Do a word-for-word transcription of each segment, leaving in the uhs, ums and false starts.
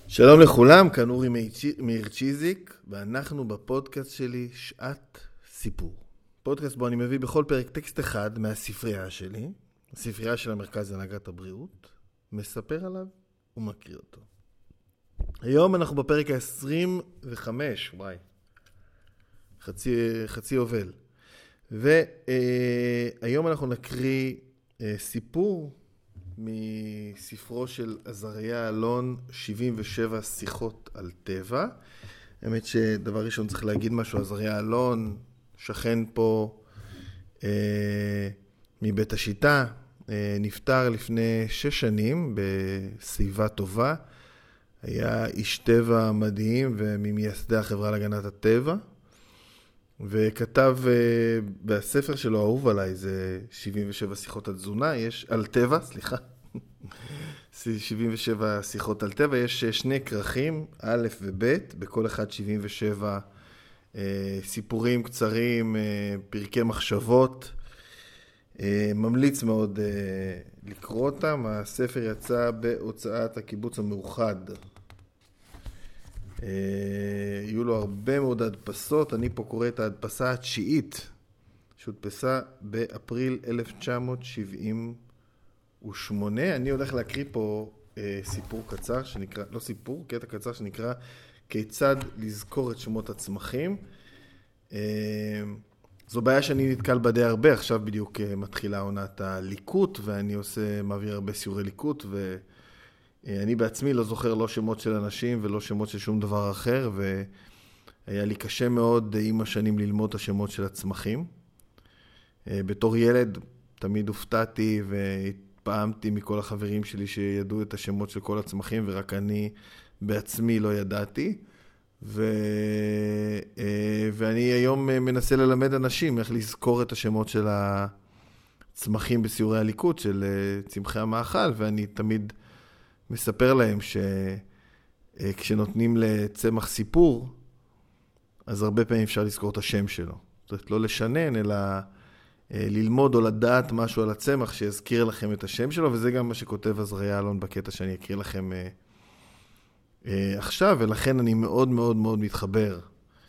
שלום לכולם, כאן אורי מאיר צ'יזיק, ואנחנו בפודקאסט שלי שעת סיפור. פודקאסט בו אני מביא בכל פרק טקסט אחד מהספרייה שלי, הספרייה של המרכז להנהגת הבריאות, מספר עליו ומקריא אותו. היום אנחנו בפרק ה-עשרים וחמש, וואי, חצי, חצי יובל. והיום אנחנו נקריא סיפור מספרו של עזריה אלון, שבעים ושבע שיחות על טבע. האמת שדבר ראשון צריך להגיד משהו, עזריה אלון, שכן פה אה, מבית השיטה, אה, נפטר לפני שש שנים בסביבה טובה. היה איש טבע מדהים וממייסדי החברה להגנת הטבע. וכתב uh, בספר שלו, אהוב עליי, זה שבעים ושבע שיחות על תזונה, יש על טבע, סליחה, שבעים ושבע שיחות על טבע, יש שני כרכים, א' וב', בכל אחד שבעים ושבע uh, סיפורים קצרים, uh, פרקי מחשבות, uh, ממליץ מאוד uh, לקרוא אותם. הספר יצא בהוצאת הקיבוץ המאוחד. יהיו לו הרבה מאוד הדפסות, אני פה קורא את ההדפסה התשיעית, שהודפסה באפריל אלף תשע מאות שבעים ושמונה. אני הולך להקריא פה אה, סיפור קצר שנקרא, לא סיפור, קטע קצר שנקרא כיצד לזכור את שמות הצמחים. אה, זו בעיה שאני נתקל בה די הרבה, עכשיו בדיוק אה, מתחילה עונת הליקוט, ואני עושה, מעביר הרבה סיורי ליקוט, ו... אני בעצמי לא זוכר לא שמות של אנשים ולא שמות של שום דבר אחר, והיה לי קשה מאוד עם השנים ללמוד את השמות של הצמחים. בתור ילד תמיד הופתעתי והתפעמתי מכל החברים שלי שידעו את השמות של כל הצמחים, ורק אני בעצמי לא ידעתי. ו... ואני היום מנסה ללמד אנשים איך לזכור את השמות של הצמחים בסיורי הליקוט של צמחי המאכל, ואני תמיד מספר להם שכשנותנים לצמח סיפור, אז הרבה פעמים אפשר לזכור את השם שלו. זאת אומרת, לא לשנן, אלא ללמוד או לדעת משהו על הצמח שיזכיר לכם את השם שלו, וזה גם מה שכותב עזריה אלון בקטע שאני אקריא לכם עכשיו, ולכן אני מאוד מאוד מאוד מתחבר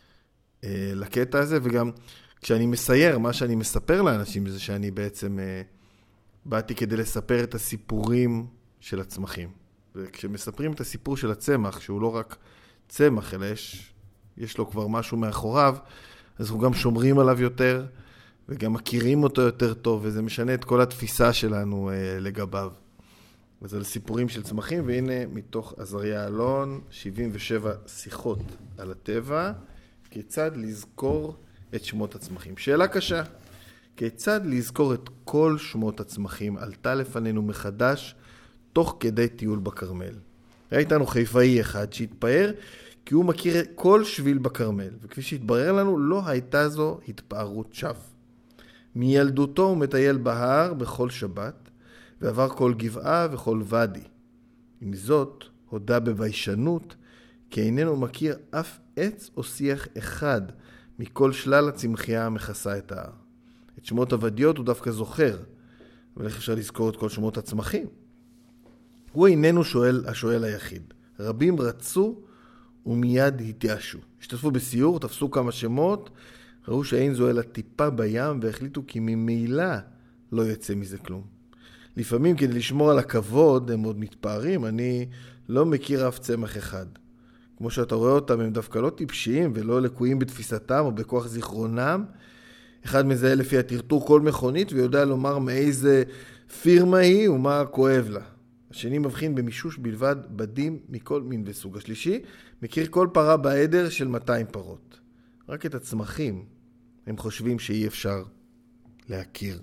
לקטע הזה, וגם כשאני מסייר, מה שאני מספר לאנשים זה שאני בעצם באתי כדי לספר את הסיפורים של הצמחים. וכשמספרים את הסיפור של הצמח, שהוא לא רק צמח, אלא יש, יש לו כבר משהו מאחוריו, אז אנחנו גם שומרים עליו יותר, וגם מכירים אותו יותר טוב, וזה משנה את כל התפיסה שלנו אה, לגביו. וזה על סיפורים של צמחים, והנה מתוך עזריה אלון, שבעים ושבע שיחות על הטבע, כיצד לזכור את שמות הצמחים. שאלה קשה, כיצד לזכור את כל שמות הצמחים? עלתה לפנינו מחדש, תוך כדי טיול בקרמל. היה איתנו חיפאי אחד שהתפאר כי הוא מכיר כל שביל בקרמל, וכפי שהתברר לנו לא הייתה זו התפארות שווא. מילדותו הוא מטייל בהר בכל שבת, ועבר כל גבעה וכל ואדי. עם זאת, הודה בביישנות כי איננו מכיר אף עץ או שיח אחד מכל שלל הצמחייה המכסה את ההר. את שמות הוודיות הוא דווקא זוכר, אבל איך אפשר לזכור את כל שמות הצמחים? הוא איננו שואל השואל היחיד. רבים רצו ומיד התייאשו. השתתפו בסיור, תפסו כמה שמות, ראו שאין זו אלא טיפה בים, והחליטו כי ממילא לא יצא מזה כלום. לפעמים כדי לשמור על הכבוד הם עוד מתפארים, אני לא מכיר אף צמח אחד. כמו שאתה רואה אותם, הם דווקא לא טיפשיים ולא לקויים בתפיסתם או בכוח זיכרונם. אחד מזהה לפי הטרטור כל מכונית ויודע לומר מאיזה פירמה היא ומה כואב לה. השני מבחין במישוש בלבד בדים מכל מין וסוג. השלישי מכיר כל פרה בעדר של מאתיים פרות. רק את הצמחים הם חושבים שאי אפשר להכיר.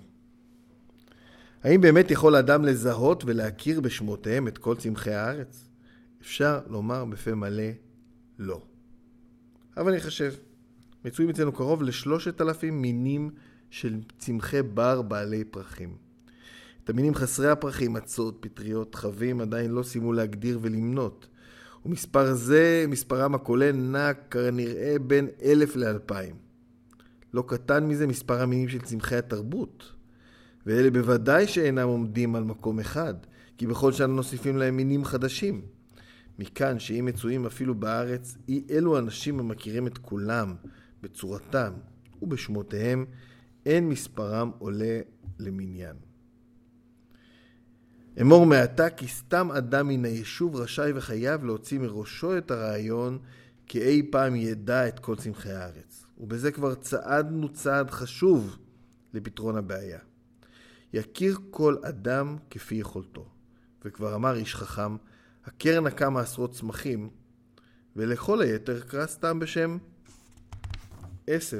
האם באמת יכול אדם לזהות ולהכיר בשמותיהם את כל צמחי הארץ? אפשר לומר בפה מלא לא. אבל אני חושב, מצויים אצלנו קרוב לשלושת אלפים מינים של צמחי בר בעלי פרחים. את המינים חסרי הפרחים, עצות, פטריות, חבים, עדיין לא שימו להגדיר ולמנות. ומספר זה, מספרם הכולל, נע כנראה בין אלף לאלפיים. לא קטן מזה מספר המינים של צמחי התרבות. ואלה בוודאי שאינם עומדים על מקום אחד, כי בכל שנה נוסיפים להם מינים חדשים. מכאן שאם מצויים אפילו בארץ, אי אלו אנשים המכירים את כולם בצורתם ובשמותיהם, אין מספרם עולה למניין. אמור מעתה כי סתם אדם מן היישוב רשאי וחייב להוציא מראשו את הרעיון כי אי פעם ידע את כל צמחי הארץ. ובזה כבר צעדנו צעד חשוב לפתרון הבעיה. יכיר כל אדם כפי יכולתו. וכבר אמר איש חכם, הקרן נקה מעשרות צמחים, ולכל היתר קרא סתם בשם עשב.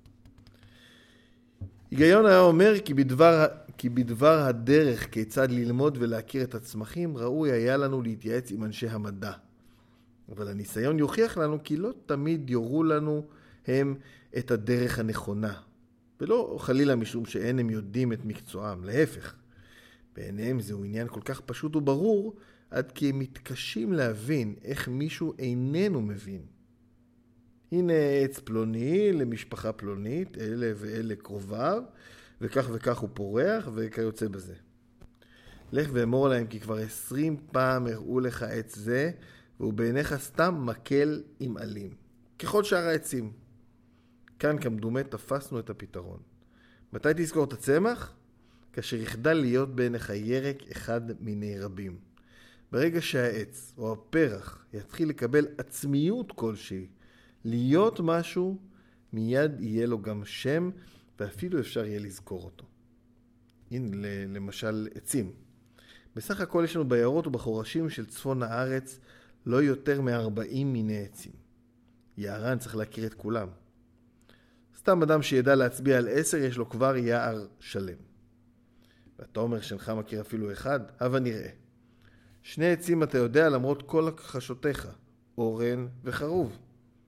היגיון היה אומר כי בדבר, כי בדבר הדרך כיצד ללמוד ולהכיר את הצמחים, ראוי היה לנו להתייעץ עם אנשי המדע. אבל הניסיון יוכיח לנו כי לא תמיד יורו לנו הם את הדרך הנכונה. ולא חלילה משום שאין הם יודעים את מקצועם, להפך. בעיניהם זהו עניין כל כך פשוט וברור, עד כי הם מתקשים להבין איך מישהו איננו מבין. הנה עץ פלוני למשפחה פלונית, אלה ואלה קרוביו, וכך וכך הוא פורח וכיוצא בזה. לך ואמור להם כי כבר עשרים פעם הראו לך עץ זה, והוא בעיניך סתם מקל עם עלים. ככל שאר העצים. כאן כמדומה תפסנו את הפתרון. מתי תזכור את הצמח? כאשר יחדל להיות בעיניך ירק אחד מיני רבים. ברגע שהעץ או הפרח יתחיל לקבל עצמיות כלשהי, להיות משהו, מיד יהיה לו גם שם, ואפילו אפשר יהיה לזכור אותו. הנה למשל עצים. בסך הכל יש לנו ביערות ובחורשים של צפון הארץ לא יותר מ-ארבעים מיני עצים. יערן צריך להכיר את כולם. סתם אדם שידע להצביע על עשר יש לו כבר יער שלם. ואתה אומר שנך מכיר אפילו אחד, הבה נראה. שני עצים אתה יודע למרות כל הכחשותיך, אורן וחרוב.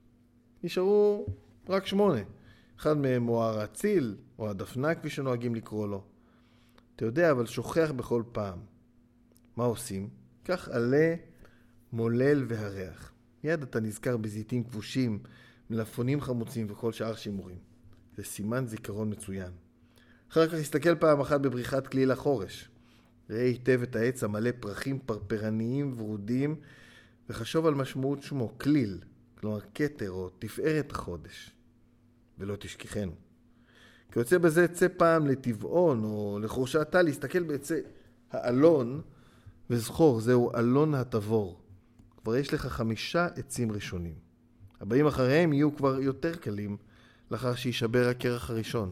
נשארו רק שמונה. אחד מהם הוא הרציל, או הדפנה כפי שנוהגים לקרוא לו. אתה יודע, אבל שוכח בכל פעם. מה עושים? כך עלה, מולל והריח. מיד אתה נזכר בזיתים כבושים, מלפונים חמוצים וכל שאר שימורים. זה סימן זיכרון מצוין. אחר כך הסתכל פעם אחת בבריחת כליל החורש. ראה היטב את העץ המלא פרחים פרפרניים ורודים, וחשוב על משמעות שמו, כליל, כלומר כתר או תפארת החודש. ולא תשכחנו. כיוצא בזה צא פעם לטבעון או לחורשתה להסתכל בעצי האלון, וזכור, זהו אלון התבור. כבר יש לך חמישה עצים ראשונים. הבאים אחריהם יהיו כבר יותר קלים, לאחר שישבר הקרח הראשון.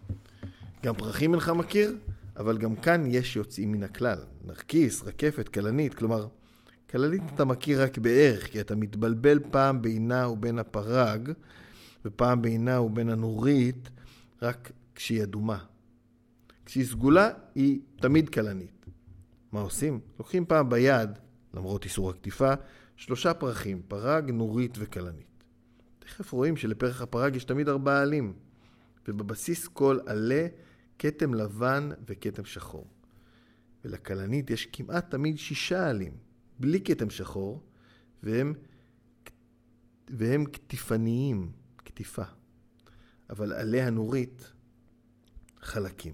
גם פרחים אינך מכיר, אבל גם כאן יש יוצאים מן הכלל. נרקיס, רקפת, כלנית, כלומר, כלנית אתה מכיר רק בערך, כי אתה מתבלבל פעם בינה ובין הפרג, ופעם בינה ובין הנורית, רק כשהיא אדומה. כשהיא סגולה, היא תמיד כלנית. מה עושים? לוקחים פעם ביד, למרות איסור הכתיפה, שלושה פרחים, פרג, נורית וכלנית. תכף רואים שלפרח הפרג יש תמיד ארבעה עלים, ובבסיס כל עלה כתם לבן וכתם שחור. ולכלנית יש כמעט תמיד שישה עלים, בלי כתם שחור, והם, והם כתיפניים, כתיפה. אבל עלי הנורית חלקים.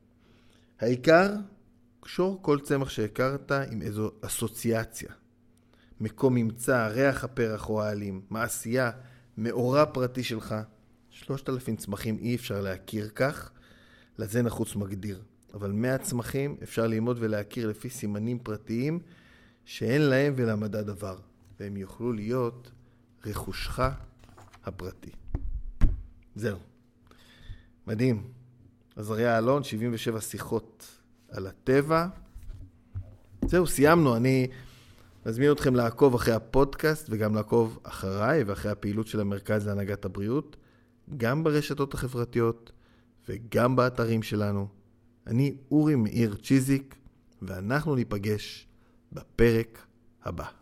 העיקר, קשור כל צמח שהכרת עם איזו אסוציאציה. מקום ממצא, ריח הפרח או העלים, מעשייה, מאורע פרטי שלך. שלושת אלפים צמחים אי אפשר להכיר כך, לזה נחוץ מגדיר. אבל מאה צמחים אפשר ללמוד ולהכיר לפי סימנים פרטיים שאין להם ולמדע דבר. והם יוכלו להיות רכושך הפרטי. זהו. מדהים. עזריה אלון, שבעים ושבע שיחות על הטבע. זהו, סיימנו. אני מזמין אתכם לעקוב אחרי הפודקאסט וגם לעקוב אחריי ואחרי הפעילות של המרכז להנהגת הבריאות, גם ברשתות החברתיות וגם באתרים שלנו. אני אורי מאיר צ'יזיק, ואנחנו ניפגש בפרק הבא.